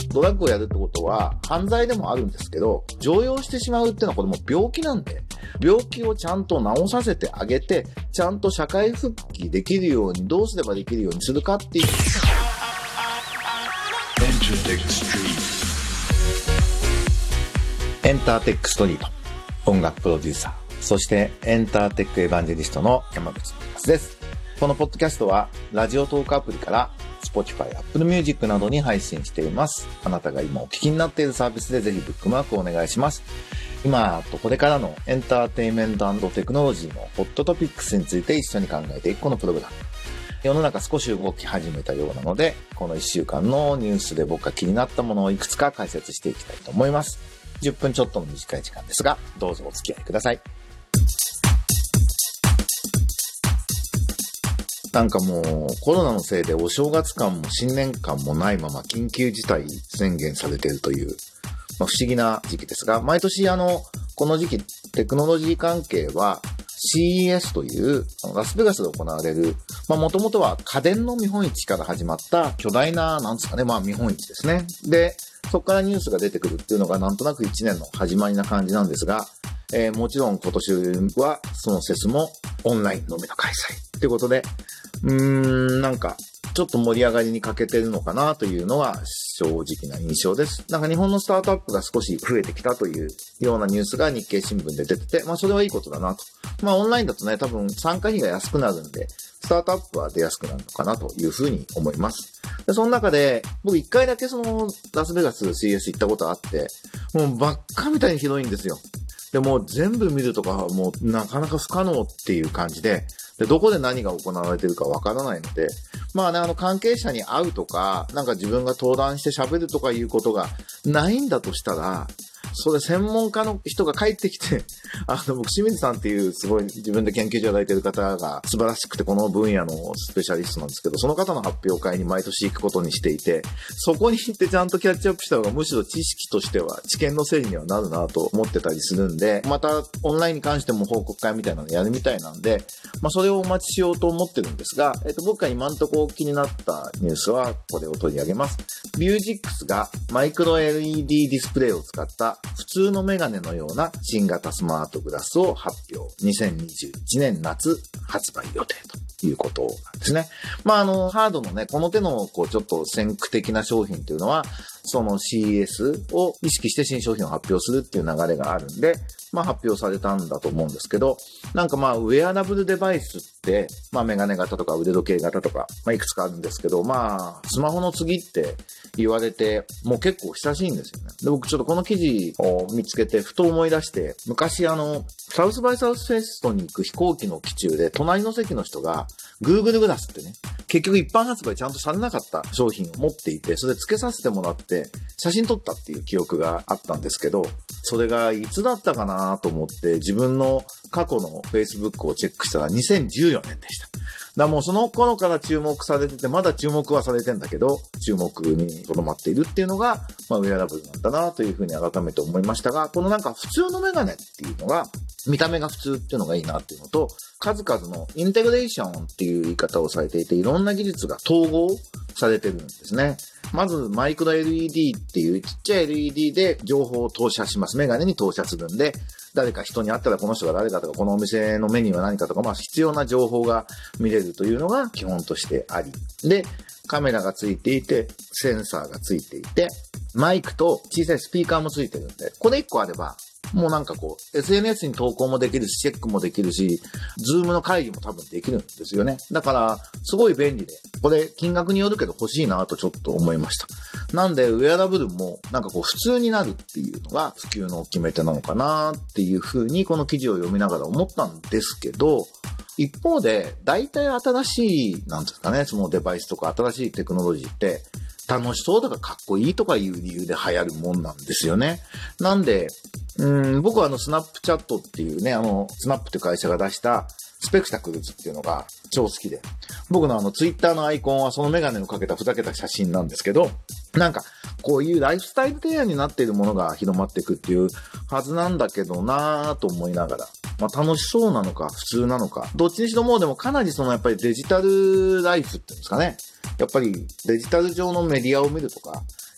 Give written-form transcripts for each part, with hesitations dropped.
ドラッグをやるってことは犯罪でもあるんですけど、常用してしまうっていうのはこれも病気なんで、病気をちゃんと治させてあげて、ちゃんと社会復帰できるようにどうすればできるようにするかっていう。エンターテックストリート、音楽プロデューサー、そしてエンターテックエヴァンジェリストの山口です。このポッドキャストはラジオトークアプリから Spotify、Apple Music などに配信しています。あなたが今お聞きになっているサービスでぜひブックマークをお願いします。今とこれからのエンターテインメント&テクノロジーのホットトピックスについて一緒に考えていくこのプログラム。世の中少し動き始めたようなので、この1週間のニュースで僕が気になったものをいくつか解説していきたいと思います。10分ちょっとの短い時間ですが、どうぞお付き合いください。なんかもうコロナのせいでお正月感も新年感もないまま緊急事態宣言されているという、不思議な時期ですが、毎年この時期テクノロジー関係は CES というラスベガスで行われる、もともとは家電の見本市から始まった巨大な、なんですかね、見本市ですね。で、そこからニュースが出てくるっていうのがなんとなく1年の始まりな感じなんですが、もちろん今年はその節もオンラインのみの開催ということで、なんかちょっと盛り上がりに欠けてるのかなというのは正直な印象です。なんか日本のスタートアップが少し増えてきたというようなニュースが日経新聞で出てて、それはいいことだなと。オンラインだとね、多分参加費が安くなるんで、スタートアップは出やすくなるのかなというふうに思います。で、その中で、僕一回だけラスベガス CS 行ったことあって、もうばっかみたいにひどいんですよ。で、もう全部見るとかはもうなかなか不可能っていう感じで、どこで何が行われてるかわからないので、関係者に会うとか、なんか自分が登壇して喋るとかいうことがないんだとしたら、それ専門家の人が帰ってきて、僕、清水さんっていうすごい自分で研究所をやっている方が素晴らしくてこの分野のスペシャリストなんですけど、その方の発表会に毎年行くことにしていて、そこに行ってちゃんとキャッチアップした方がむしろ知識としては知見の整理にはなるなと思ってたりするんで、またオンラインに関しても報告会みたいなのやるみたいなんで、それをお待ちしようと思ってるんですが、僕が今んとこ気になったニュースはこれを取り上げます。ビュージックスがマイクロ LED ディスプレイを使った普通のメガネのような新型スマートグラスを発表。2021年夏発売予定ということなんですね。ハードのね、この手のちょっと先駆的な商品というのは、その CES を意識して新商品を発表するっていう流れがあるんで、発表されたんだと思うんですけど、なんかウェアラブルデバイスって、メガネ型とか腕時計型とか、いくつかあるんですけど、スマホの次って言われて、もう結構親しいんですよね。で、僕ちょっとこの記事を見つけて、ふと思い出して、昔サウスバイサウスフェストに行く飛行機の機中で、隣の席の人が、Google グラスってね、結局一般発売ちゃんとされなかった商品を持っていて、それ付けさせてもらって、写真撮ったっていう記憶があったんですけど、それがいつだったかなと思って自分の過去の Facebook をチェックしたら2014年でした。だからもうその頃から注目されてて、まだ注目はされてんだけど、注目に留まっているっていうのが、ウェアラブルなんだなというふうに改めて思いましたが、このなんか普通のメガネっていうのが、見た目が普通っていうのがいいなっていうのと、数々のインテグレーションっていう言い方をされていて、いろんな技術が統合されてるんですね。まずマイクロ LED っていうちっちゃい LED で情報を投射します。メガネに投射するんで、誰か人に会ったらこの人が誰かとか、このお店のメニューは何かとか、必要な情報が見れるというのが基本としてあり。で、カメラがついていて、センサーがついていて、マイクと小さいスピーカーもついてるんで、これ1個あれば、もうなんかSNS に投稿もできるし、チェックもできるし、ズームの会議も多分できるんですよね。だから、すごい便利で、これ金額によるけど欲しいなとちょっと思いました。なんで、ウェアラブルもなんか普通になるっていうのが普及の決め手なのかなっていうふうにこの記事を読みながら思ったんですけど、一方で、大体新しい、なんですかね、そのデバイスとか新しいテクノロジーって、楽しそうとかかっこいいとかいう理由で流行るもんなんですよね。なんで、僕はスナップチャットっていうね、スナップって会社が出したスペクタクルズっていうのが超好きで、僕のツイッターのアイコンはそのメガネをかけたふざけた写真なんですけど、なんかこういうライフスタイル提案になっているものが広まっていくっていうはずなんだけどなぁと思いながら、楽しそうなのか普通なのか、どっちにしろもうでもかなりやっぱりデジタルライフっていうんですかね、やっぱりデジタル上のメディアを見るとか、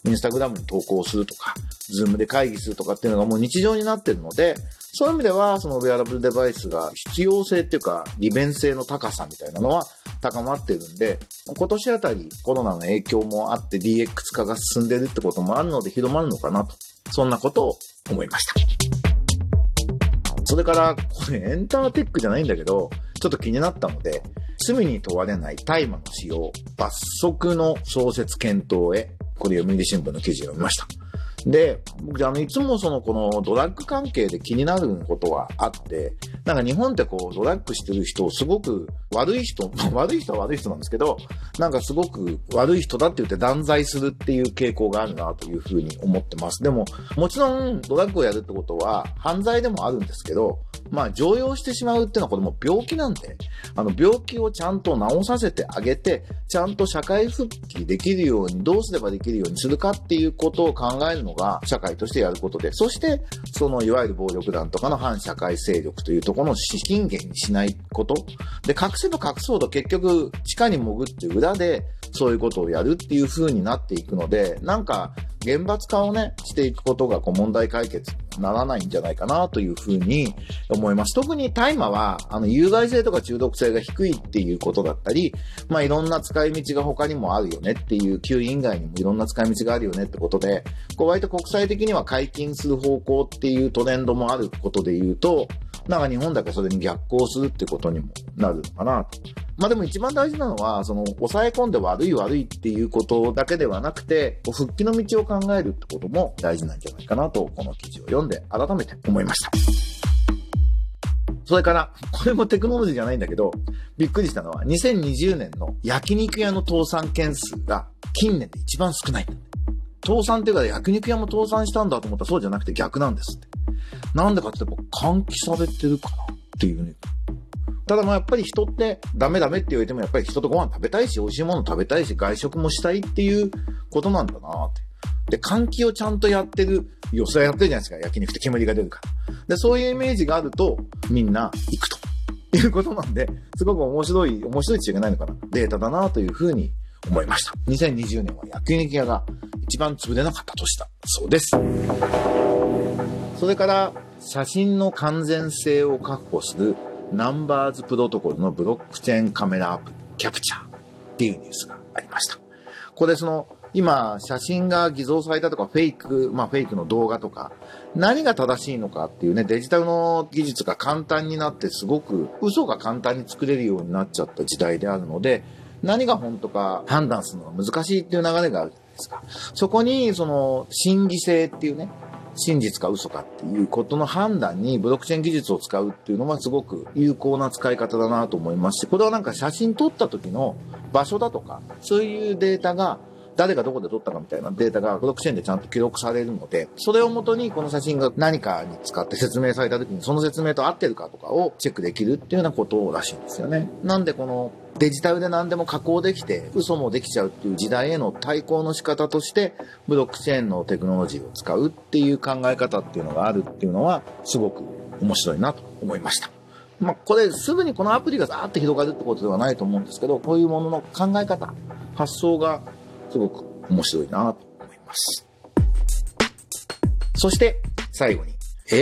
インスタグラムに投稿するとか、ズームで会議するとかっていうのがもう日常になってるので、そういう意味では、そのウェアラブルデバイスが必要性っていうか、利便性の高さみたいなのは高まってるんで、今年あたりコロナの影響もあって DX 化が進んでるってこともあるので広まるのかなと。そんなことを思いました。それから、これエンターテックじゃないんだけど、ちょっと気になったので、罪に問われない大麻の使用、罰則の創設検討へ、これ読売新聞の記事を読みました。で、僕いつもこのドラッグ関係で気になることはあって、なんか日本ってドラッグしてる人をすごく悪い人は悪い人なんですけど、なんかすごく悪い人だって言って断罪するっていう傾向があるなというふうに思ってます。でも、もちろんドラッグをやるってことは犯罪でもあるんですけど、常用してしまうっていうのはこれも病気なんで、病気をちゃんと治させてあげて、ちゃんと社会復帰できるように、どうすればできるようにするかっていうことを考えるのが社会としてやることで、そしていわゆる暴力団とかの反社会勢力というところの資金源にしないことで、隠せば隠そうと結局地下に潜って裏でそういうことをやるっていう風になっていくので、なんか厳罰化をねしていくことが問題解決にならないんじゃないかなという風に思います。特に大麻は有害性とか中毒性が低いっていうことだったり、いろんな使い道が他にもあるよねっていう、吸引以外にもいろんな使い道があるよねってことで、割と国際的には解禁する方向っていうトレンドもあることで言うと、なんか日本だけそれに逆行するってことにもなるのかなと。でも一番大事なのは、抑え込んで悪いっていうことだけではなくて、復帰の道を考えるってことも大事なんじゃないかなと、この記事を読んで改めて思いました。それから、これもテクノロジーじゃないんだけど、びっくりしたのは、2020年の焼肉屋の倒産件数が近年で一番少ない。倒産っていうか焼肉屋も倒産したんだと思ったらそうじゃなくて逆なんですって。なんでかって言ったら換気されてるかなっていうね。ただやっぱり人ってダメって言われてもやっぱり人とご飯食べたいし美味しいもの食べたいし外食もしたいっていうことなんだなって。で、換気をちゃんとやってる。それやってるじゃないですか。焼肉って煙が出るから。で、そういうイメージがあるとみんな行くということなんで、すごく面白いって言っちゃいけないのかな。データだなというふうに思いました。2020年は焼肉屋が一番潰れなかった年だそうです。それから写真の完全性を確保するナンバーズプロトコルのブロックチェーンカメラアプリキャプチャーっていうニュースがありました。これ今写真が偽造されたとかフェイクの動画とか何が正しいのかっていうね、デジタルの技術が簡単になってすごく嘘が簡単に作れるようになっちゃった時代であるので、何が本当か判断するのが難しいっていう流れがあるじゃないですか。そこに真偽性っていうね、真実か嘘かっていうことの判断にブロックチェーン技術を使うっていうのはすごく有効な使い方だなと思いますし、これはなんか写真撮った時の場所だとか、そういうデータが誰がどこで撮ったかみたいなデータがブロックチェーンでちゃんと記録されるので、それをもとにこの写真が何かに使って説明された時にその説明と合ってるかとかをチェックできるっていうようなことらしいんですよね。なんでこのデジタルで何でも加工できて嘘もできちゃうっていう時代への対抗の仕方としてブロックチェーンのテクノロジーを使うっていう考え方っていうのがあるっていうのはすごく面白いなと思いました。これすぐにこのアプリがザーって広がるってことではないと思うんですけど、こういうものの考え方、発想がすごく面白いなと思います。そして最後に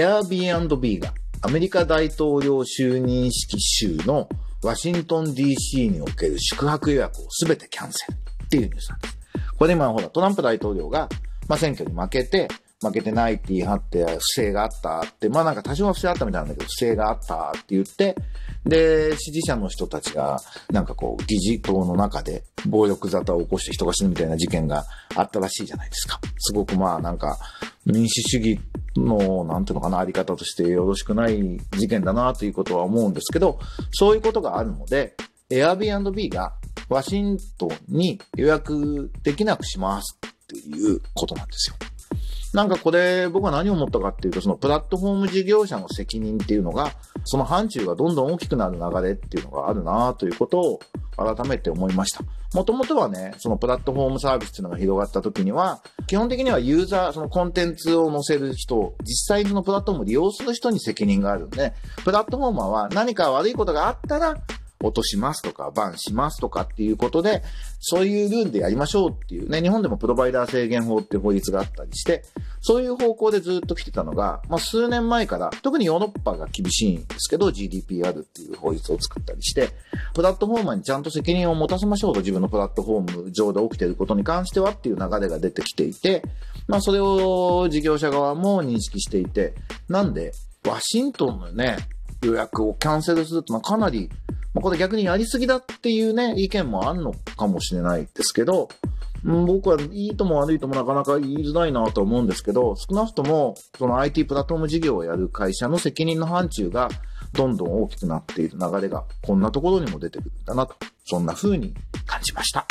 Airbnb がアメリカ大統領就任式週のワシントン DC における宿泊予約をすべてキャンセルっていうニュースなんです。これ今トランプ大統領が選挙に負けてないって言い張って不正があったって、なんか多少は不正あったみたいなんだけど不正があったって言って、で、支持者の人たちがなんか議事堂の中で暴力沙汰を起こして人が死ぬみたいな事件があったらしいじゃないですか。すごくなんか民主主義のなんていうのかな、あり方としてよろしくない事件だなということは思うんですけど、そういうことがあるので Airbnb がワシントンに予約できなくしますっていうことなんですよ。なんかこれ僕は何を思ったかっていうと、プラットフォーム事業者の責任っていうのが、その範疇がどんどん大きくなる流れっていうのがあるなということを改めて思いました。もともとはね、プラットフォームサービスっていうのが広がった時には、基本的にはユーザー、コンテンツを載せる人、実際にプラットフォームを利用する人に責任があるんで、プラットフォーマーは何か悪いことがあったら、 落としますとか、バンしますとかっていうことで、そういうルールでやりましょうっていうね、日本でもプロバイダー制限法っていう法律があったりして、そういう方向でずっと来てたのが、数年前から、特にヨーロッパが厳しいんですけど、GDPR っていう法律を作ったりして、プラットフォーマーにちゃんと責任を持たせましょうと、自分のプラットフォーム上で起きていることに関してはっていう流れが出てきていて、それを事業者側も認識していて、なんで、ワシントンのね、予約をキャンセルするってのはかなり、これ逆にやりすぎだっていうね、意見もあるのかもしれないですけど、僕はいいとも悪いともなかなか言いづらいなと思うんですけど、少なくとも、その IT プラットフォーム事業をやる会社の責任の範疇がどんどん大きくなっている流れが、こんなところにも出てくるんだなと、そんな風に感じました。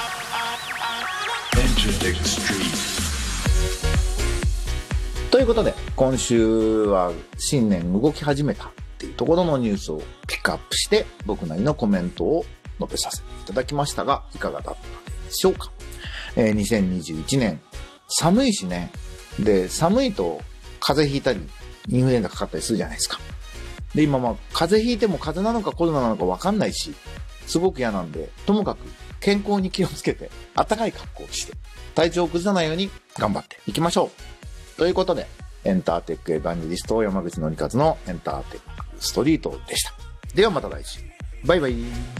ということで、今週は新年動き始めたっていうところのニュースをピックアップして、僕なりのコメントを述べさせていただきましたが、いかがだったでしょうか。2021年、寒いしね。で、寒いと風邪ひいたり、インフルエンザかかったりするじゃないですか。で、今風邪ひいても風邪なのかコロナなのかわかんないし、すごく嫌なんで、ともかく健康に気をつけて、暖かい格好をして、体調を崩さないように頑張っていきましょう。ということで、エンターテックエヴァンジェリスト山口のりかずのエンターテックストリートでした。ではまた来週。バイバイ。